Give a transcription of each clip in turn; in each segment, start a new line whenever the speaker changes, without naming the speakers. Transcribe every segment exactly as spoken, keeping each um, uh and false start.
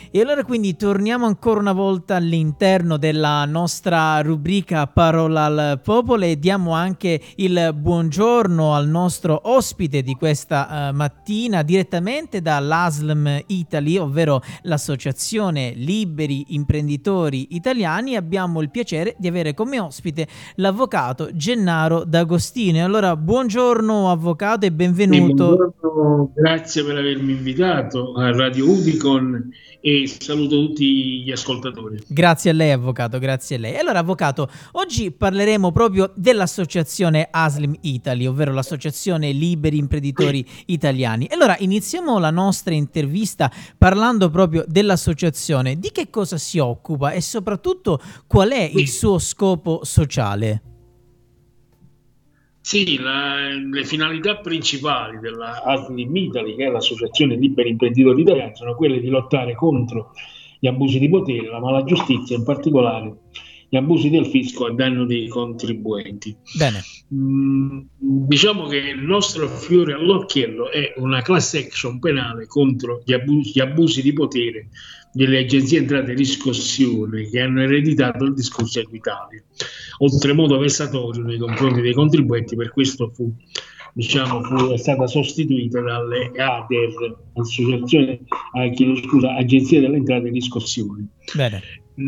E allora quindi torniamo ancora una volta all'interno della nostra rubrica Parola al Popolo e diamo anche il buongiorno al nostro ospite di questa uh, mattina direttamente dall'A S L M Italy, ovvero l'Associazione Liberi Imprenditori Italiani. Abbiamo il piacere di avere come ospite l'avvocato Gennaro D'Agostino. E allora buongiorno avvocato e benvenuto.
Sì, buongiorno, grazie per avermi invitato a Radio Udicon e saluto tutti gli ascoltatori.
Grazie a lei avvocato, grazie a lei. Allora avvocato, oggi parleremo proprio dell'associazione A S L M Italy, ovvero l'associazione Liberi Imprenditori Italiani. E allora iniziamo la nostra intervista parlando proprio dell'associazione. Di che cosa si occupa e soprattutto qual è il suo scopo sociale?
Sì, la, le finalità principali della A S L M Italy, che è l'Associazione Liberi Imprenditori Italiani, sono quelle di lottare contro gli abusi di potere, la malagiustizia, in particolare gli abusi del fisco a danno dei contribuenti.
Bene.
Mm, diciamo che il nostro fiore all'occhiello è una class action penale contro gli abusi, gli abusi di potere delle agenzie entrate e riscossione che hanno ereditato il discorso Equitalia, oltremodo vessatorio nei confronti dei contribuenti. Per questo fu, diciamo, fu, è stata sostituita dalle A D E R, Associazione, eh, chiedo scusa, Agenzia delle Entrate e Riscossione.
Bene.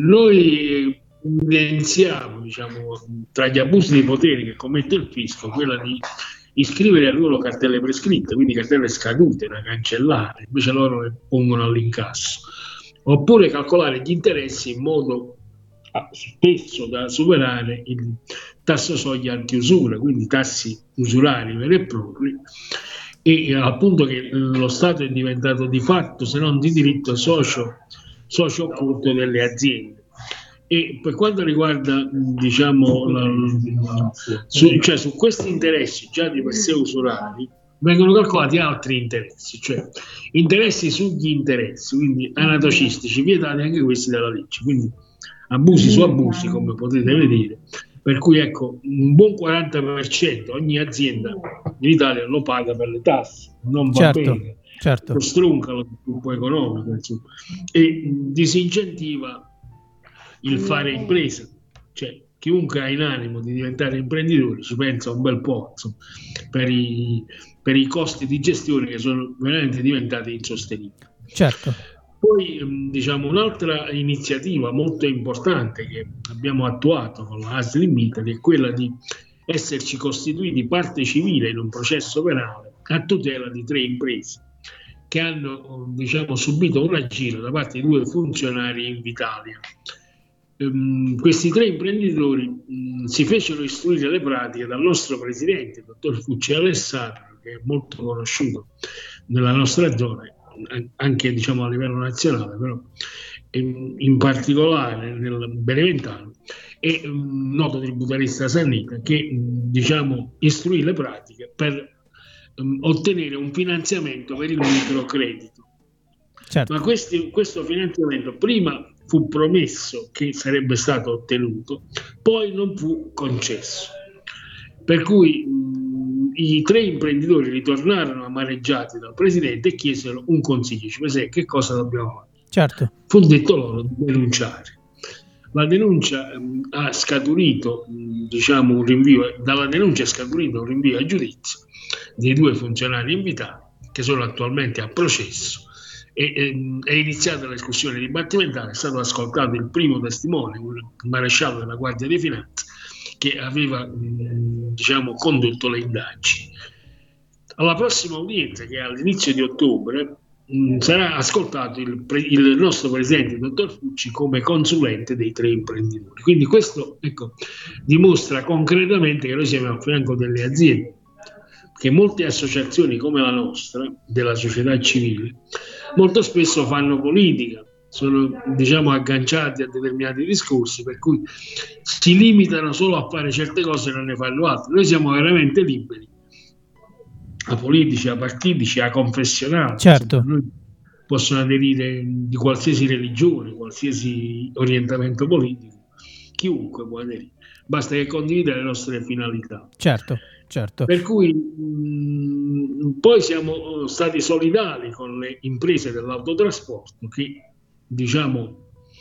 Noi evidenziamo, diciamo, tra gli abusi di potere che commette il fisco quella di iscrivere a loro cartelle prescritte, quindi cartelle scadute da cancellare, invece loro le pongono all'incasso, oppure calcolare gli interessi in modo spesso da superare il tasso soglia antiusura, quindi tassi usurari veri e propri, e al punto che lo Stato è diventato di fatto, se non di diritto, socio, socio occulto delle aziende. E per quanto riguarda, diciamo, la, su, cioè su questi interessi già di per sé usurari vengono calcolati altri interessi, cioè interessi sugli interessi, quindi anatocistici, vietati anche questi dalla legge, quindi abusi su abusi, come potete vedere, per cui ecco, un buon quaranta per cento ogni azienda in Italia lo paga per le tasse, non va
certo,
bene,
certo.
lo stronca lo sviluppo economico, insomma, e disincentiva il fare impresa, cioè chiunque ha in animo di diventare imprenditore ci pensa un bel po', insomma, per i, per i costi di gestione che sono veramente diventati insostenibili.
Certo.
Poi, diciamo, un'altra iniziativa molto importante che abbiamo attuato con la A S L M Italy è quella di esserci costituiti parte civile in un processo penale a tutela di tre imprese che hanno, diciamo, subito un raggiro da parte di due funzionari in Invitalia. Um, questi tre imprenditori um, si fecero istruire le pratiche dal nostro presidente, il dottor Fucci Alessandro, che è molto conosciuto nella nostra zona, anche, diciamo, a livello nazionale, però in, in particolare nel Beneventano, e un noto tributarista sannita che, diciamo, istruì le pratiche per um, ottenere un finanziamento per il microcredito.
Certo.
Ma questi, questo finanziamento prima fu promesso che sarebbe stato ottenuto, poi non fu concesso. Per cui mh, i tre imprenditori ritornarono amareggiati dal presidente e chiesero un consiglio, cioè che cosa dobbiamo fare.
Certo.
Fu detto loro di denunciare. La denuncia mh, ha scaturito, mh, diciamo, un rinvio, dalla denuncia è scaturito un rinvio a giudizio dei due funzionari invitati che sono attualmente a processo. E, e, è iniziata la discussione dibattimentale, è stato ascoltato il primo testimone, il maresciallo della Guardia di Finanza, che aveva mh, diciamo, condotto le indagini. Alla prossima udienza, che è all'inizio di ottobre, mh, sarà ascoltato il, pre- il nostro presidente, il dottor Fucci, come consulente dei tre imprenditori. Quindi questo, ecco, dimostra concretamente che noi siamo a fianco delle aziende, che molte associazioni come la nostra, della società civile, molto spesso fanno politica, sono, diciamo, agganciati a determinati discorsi, per cui si limitano solo a fare certe cose e non ne fanno altre. Noi siamo veramente liberi, a politici, a partitici, a confessionali.
Certo.
Insomma, noi possono aderire di qualsiasi religione, qualsiasi orientamento politico, chiunque può aderire, basta che condivida le nostre finalità.
Certo. Certo.
Per cui mh, poi siamo stati solidali con le imprese dell'autotrasporto che diciamo,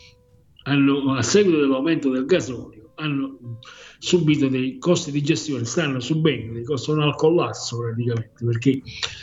hanno, a seguito dell'aumento del gasolio, hanno subito dei costi di gestione, stanno subendo dei costi, sono al collasso praticamente, perché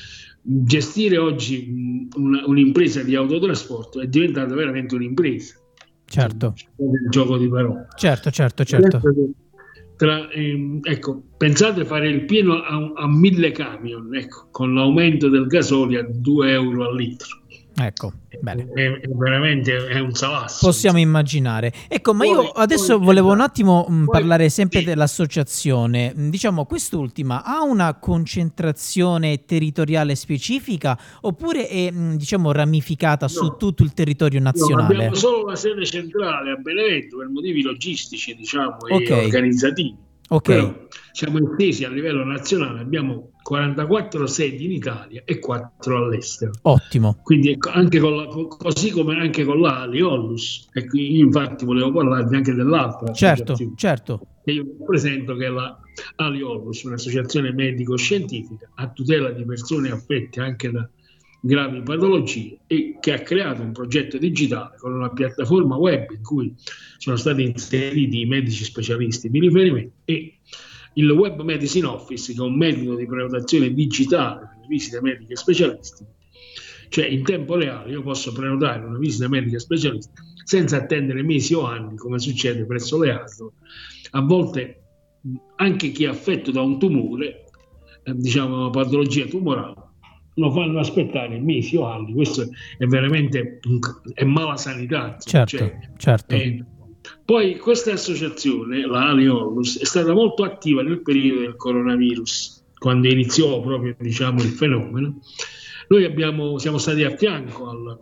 gestire oggi una, un'impresa di autotrasporto è diventata veramente un'impresa.
Certo.
Il gioco di parole.
Certo, certo, certo.
Tra, ehm, ecco, pensate fare il pieno a, a mille camion, ecco, con l'aumento del gasolio a due euro al litro.
Ecco, bene.
È, è veramente è un salasso.
Possiamo immaginare. Ecco, ma io adesso volevo un attimo mh, parlare sempre dell'associazione. Diciamo, quest'ultima ha una concentrazione territoriale specifica oppure è, mh, diciamo, ramificata no. su tutto il territorio nazionale?
No, abbiamo solo la sede centrale a Benevento per motivi logistici, diciamo,
okay.
e organizzativi.
Ok.
Però siamo estesi a livello nazionale, abbiamo quarantaquattro sedi in Italia e quattro all'estero.
Ottimo.
Quindi ecco, anche con la, così come anche con la Aliollus, e qui io infatti volevo parlarvi anche dell'altra.
Certo, certo.
E io presento che è la Aliollus, un'associazione medico-scientifica a tutela di persone affette anche da gravi patologie e che ha creato un progetto digitale con una piattaforma web in cui sono stati inseriti i medici specialisti di riferimento e il Web Medicine Office, che è un metodo di prenotazione digitale per le visite mediche specialistiche. Cioè in tempo reale io posso prenotare una visita medica specialistica senza attendere mesi o anni, come succede presso le A S L. A volte anche chi è affetto da un tumore, eh, diciamo una patologia tumorale, lo fanno aspettare mesi o anni. Questo è veramente è mala sanità.
Certo,
cioè,
certo.
Eh, poi questa associazione, la Aliollus, è stata molto attiva nel periodo del coronavirus, quando iniziò proprio, diciamo, il fenomeno. Noi abbiamo, siamo stati a fianco al,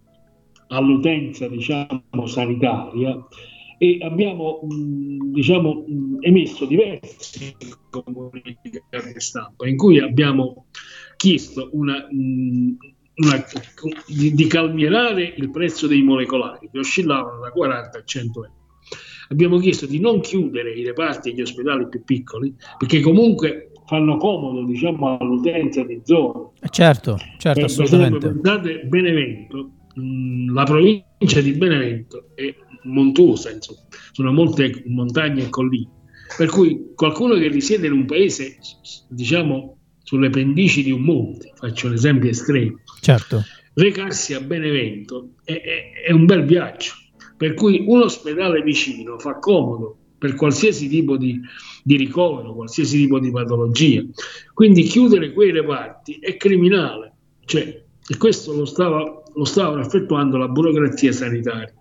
all'utenza, diciamo, sanitaria e abbiamo mh, diciamo, mh, emesso diversi comunicati stampa in cui abbiamo chiesto una, mh, una, di, di calmierare il prezzo dei molecolari che oscillavano da quaranta a cento euro. Abbiamo chiesto di non chiudere i reparti e gli ospedali più piccoli perché comunque fanno comodo, diciamo, all'utenza di zona.
Certo, certo,
per,
assolutamente.
Per esempio, Benevento, mh, la provincia di Benevento è montuosa, insomma, sono molte montagne e colline, per cui qualcuno che risiede in un paese, diciamo, sulle pendici di un monte, faccio un esempio estremo,
certo.
recarsi a Benevento è, è, è un bel viaggio, per cui un ospedale vicino fa comodo per qualsiasi tipo di, di ricovero, qualsiasi tipo di patologia. Quindi chiudere quei reparti è criminale, cioè, e questo lo stava, lo stava effettuando la burocrazia sanitaria.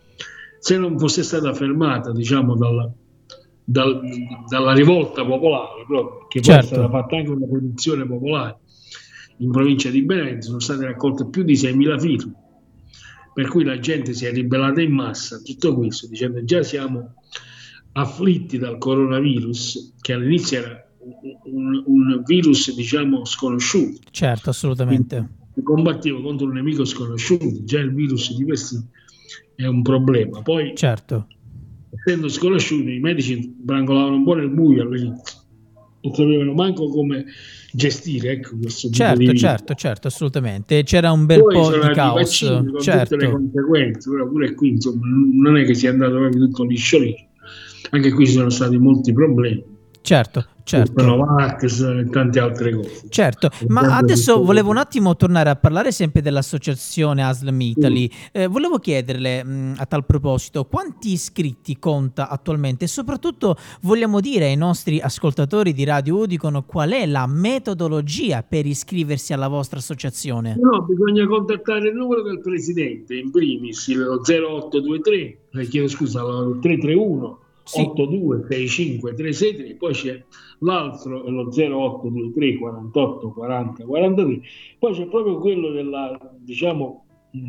Se non fosse stata fermata, diciamo, dalla, dal, dalla rivolta popolare, proprio, che certo. Poi è stata fatta anche una petizione popolare in provincia di Benevento, sono state raccolte più di seimila firme, per cui la gente si è ribellata in massa a tutto questo, dicendo già siamo afflitti dal coronavirus, che all'inizio era un, un virus, diciamo, sconosciuto.
Certo, assolutamente.
Quindi combattivo contro un nemico sconosciuto, già il virus di questi è un problema. Poi,
certo.
essendo sconosciuti, i medici brancolavano un po' nel buio all'inizio, non sapevano manco come gestire, ecco, questo
certo,
tipo di
certo, certo, assolutamente. C'era un bel
Poi
po' di caos,
vaccini, con
certo.
tutte le conseguenze, però pure qui, insomma, non è che sia andato proprio tutto liscio liscio. Anche qui ci sono stati molti problemi.
Certo, certo.
Novax e tante altre cose.
Certo, ma adesso volevo un attimo tornare a parlare sempre dell'associazione A S L M Italy. Eh, volevo chiederle mh, a tal proposito quanti iscritti conta attualmente e soprattutto vogliamo dire ai nostri ascoltatori di Radio Udicon qual è la metodologia per iscriversi alla vostra associazione?
No, bisogna contattare il numero del presidente, in primis lo zero otto due tre, eh, chiedo scusa, lo tre tre uno sì. otto due sei cinque tre sei tre, poi c'è l'altro, lo zero otto due tre quarantotto quaranta quarantatré, poi c'è proprio quello della, diciamo,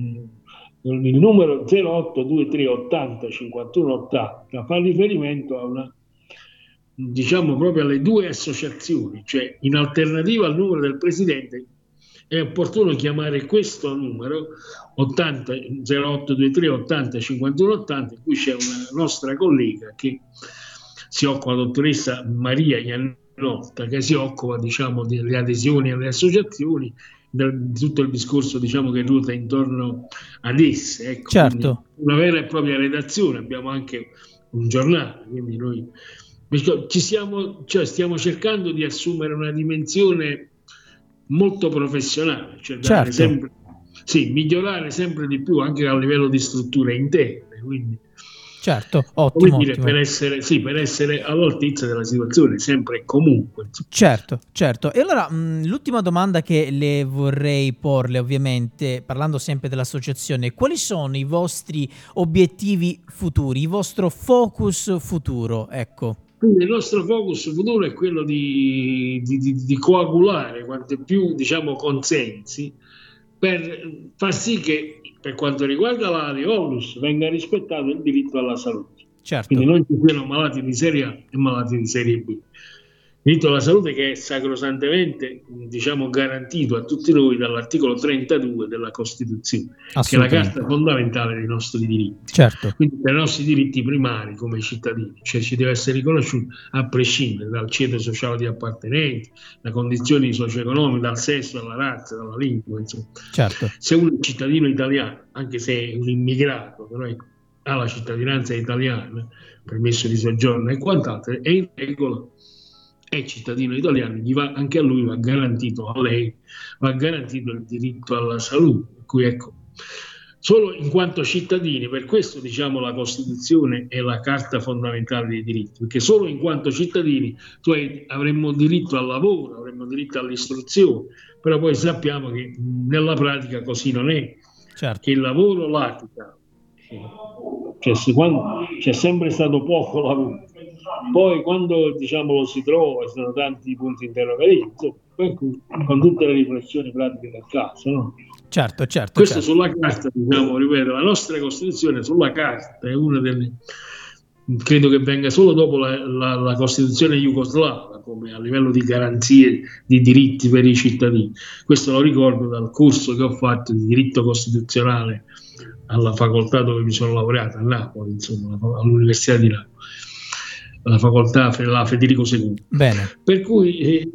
mh, il numero zero otto due tre ottanta cinquantuno ottanta, fa riferimento a una, diciamo, proprio alle due associazioni, cioè in alternativa al numero del presidente è opportuno chiamare questo numero ottanta zero otto due tre ottanta cinquantuno ottanta, in cui c'è una nostra collega che si occupa, la dottoressa Maria Iannotta, che si occupa, diciamo, delle adesioni alle associazioni, del, di tutto il discorso, diciamo, che ruota intorno ad esse. Ecco,
certo.
Una vera e propria redazione, abbiamo anche un giornale, quindi noi ci stiamo, cioè stiamo cercando di assumere una dimensione molto professionale, cioè dare
certo.
sempre, sì, migliorare sempre di più anche a livello di strutture interne, quindi
certo, ottimo,
dire,
ottimo.
Per, essere, sì, per essere all'altezza della situazione, sempre e comunque.
Certo, certo. E allora mh, l'ultima domanda che le vorrei porle, ovviamente, parlando sempre dell'associazione, quali sono i vostri obiettivi futuri, il vostro focus futuro? Ecco.
Quindi il nostro focus futuro è quello di, di, di, di coagulare quanto più, diciamo, consensi per far sì che, per quanto riguarda l'area Onlus, venga rispettato il diritto alla salute.
Certo.
Quindi non ci siano malati di serie A e malati di serie B. Il diritto alla salute che è sacrosantemente, diciamo, garantito a tutti noi dall'articolo trentadue della Costituzione, che è la carta fondamentale dei nostri diritti.
Certo.
Quindi per i nostri diritti primari come cittadini, cioè ci deve essere riconosciuto a prescindere dal ceto sociale di appartenenza, da condizioni socio-economiche, dal sesso, dalla razza, dalla lingua, insomma.
Certo.
Se uno è cittadino italiano, anche se è un immigrato, però ha la cittadinanza italiana, permesso di soggiorno e quant'altro, è in regola, è cittadino italiano, gli va, anche a lui va garantito, a lei va garantito il diritto alla salute. Per cui ecco, solo in quanto cittadini, per questo diciamo la Costituzione è la carta fondamentale dei diritti, perché solo in quanto cittadini tu hai, avremmo diritto al lavoro, avremmo diritto all'istruzione, però poi sappiamo che nella pratica così non è,
certo.
Che il lavoro latica, cioè, se quando, c'è sempre stato poco lavoro, poi quando diciamo lo si trova, ci sono tanti punti interrogativi, con tutte le riflessioni pratiche del caso, no?
Certo, certo.
Questo
certo.
sulla carta, diciamo, ripeto, la nostra Costituzione sulla carta è una delle, credo che venga solo dopo la, la, la Costituzione jugoslava come a livello di garanzie di diritti per i cittadini. Questo lo ricordo dal corso che ho fatto di diritto costituzionale alla facoltà dove mi sono laureato a Napoli, insomma, all'Università di Napoli, alla facoltà la Federico secondo.
Bene.
Per cui, eh,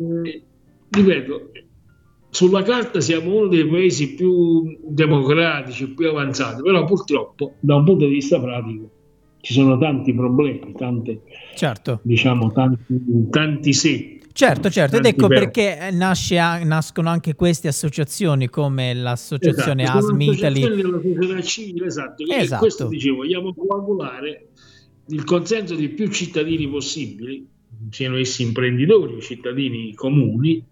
ripeto, sulla carta siamo uno dei paesi più democratici, più avanzati, però purtroppo da un punto di vista pratico ci sono tanti problemi, tante,
certo.
diciamo, tanti, tanti sì.
Certo, certo, ed ecco perché nasce, nascono anche queste associazioni come l'associazione
esatto,
A S M Italy.
Della società civile, esatto, che
esatto.
Questo dicevo, vogliamo coagulare il consenso di più cittadini possibili, siano essi imprenditori o cittadini comuni,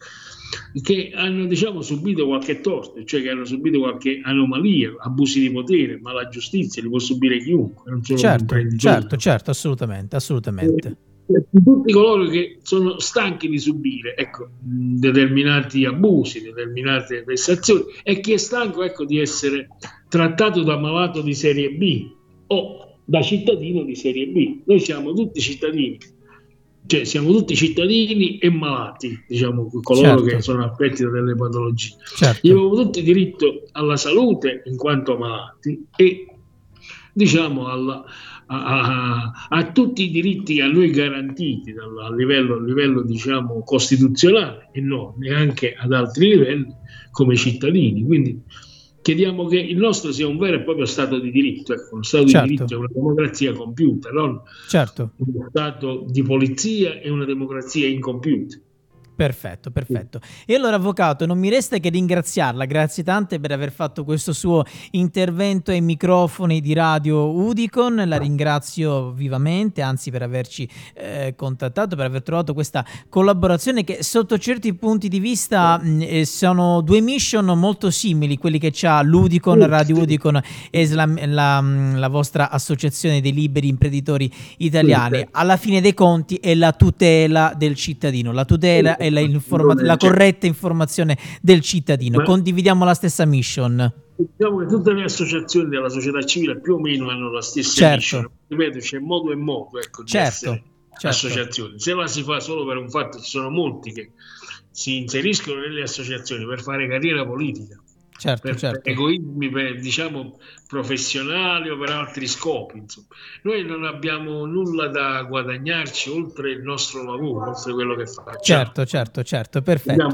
che hanno diciamo subito qualche torto, cioè che hanno subito qualche anomalia, abusi di potere, ma la giustizia li può subire chiunque, non solo
certo,
imprenditori.
certo, certo, assolutamente, assolutamente.
E, tutti coloro che sono stanchi di subire ecco, determinati abusi, determinate vessazioni, e chi è stanco ecco, di essere trattato da malato di serie B o da cittadino di serie B. Noi siamo tutti cittadini, cioè siamo tutti cittadini e malati, diciamo, coloro certo. che sono affetti da delle patologie.
Certo.
Abbiamo tutti diritto alla salute in quanto malati e diciamo alla, a, a, a tutti i diritti a noi garantiti dal, a livello, a livello diciamo costituzionale e non neanche ad altri livelli come cittadini. Quindi chiediamo che il nostro sia un vero e proprio Stato di diritto. Ecco, uno Stato
certo.
di diritto è una democrazia compiuta, non
certo.
uno Stato di polizia e una democrazia incompiuta.
Perfetto, perfetto. E allora, avvocato, non mi resta che ringraziarla, grazie tante per aver fatto questo suo intervento ai microfoni di Radio Udicon, la ringrazio vivamente, anzi per averci eh, contattato, per aver trovato questa collaborazione che sotto certi punti di vista mh, sono due mission molto simili, quelli che c'ha l'Udicon, Radio Udicon e la, la, la vostra associazione dei liberi imprenditori italiani. Alla fine dei conti è la tutela del cittadino, la tutela è La, informa- la corretta informazione del cittadino. Ma condividiamo la stessa mission.
Diciamo che tutte le associazioni della società civile più o meno hanno la stessa
certo.
mission. Ripeto, c'è modo e modo ecco, di
certo.
essere
certo.
associazioni. Se la si fa solo per un fatto, ci sono molti che si inseriscono nelle associazioni per fare carriera politica.
Certo,
per,
certo.
per egoismi per, diciamo professionali o per altri scopi, insomma. Noi non abbiamo nulla da guadagnarci oltre il nostro lavoro, oltre quello che facciamo.
Certo, certo, certo, perfetto.
Abbiamo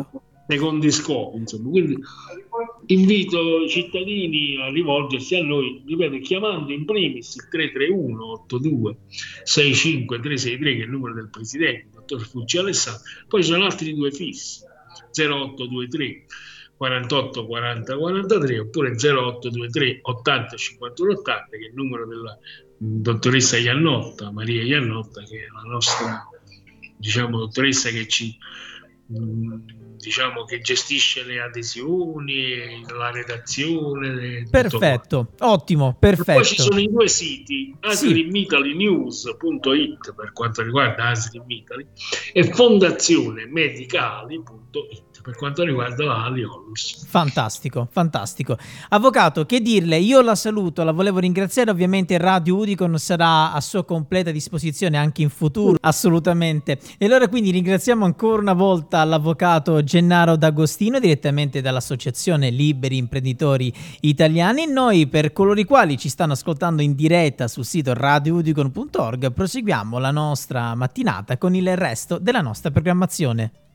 secondi scopi, insomma. Quindi invito i cittadini a rivolgersi a noi, ripeto, chiamando in primis il tre tre uno otto due sei cinque tre sei tre, che è il numero del presidente, il dottor Fulci Alessandro. Poi ci sono altri due fissi, zero otto due tre quarantotto quaranta quarantatré oppure zero otto due tre ottanta cinquantuno ottanta, che è il numero della dottoressa Iannotta, Maria Iannotta, che è la nostra, diciamo, dottoressa che ci diciamo che gestisce le adesioni, la redazione.
Perfetto, ottimo, perfetto.
E poi ci sono i due siti, asrim italy news punto it per quanto riguarda Asrim Italy e fondazione medicali punto it per quanto riguarda la Aliolus.
Fantastico, fantastico. Avvocato, che dirle? Io la saluto, la volevo ringraziare, ovviamente Radio Udicon sarà a sua completa disposizione anche in futuro, assolutamente. E allora quindi ringraziamo ancora una volta l'avvocato Gennaro D'Agostino, direttamente dall'Associazione Liberi Imprenditori Italiani. Noi, per coloro i quali ci stanno ascoltando in diretta sul sito radio udicon punto org, proseguiamo la nostra mattinata con il resto della nostra programmazione.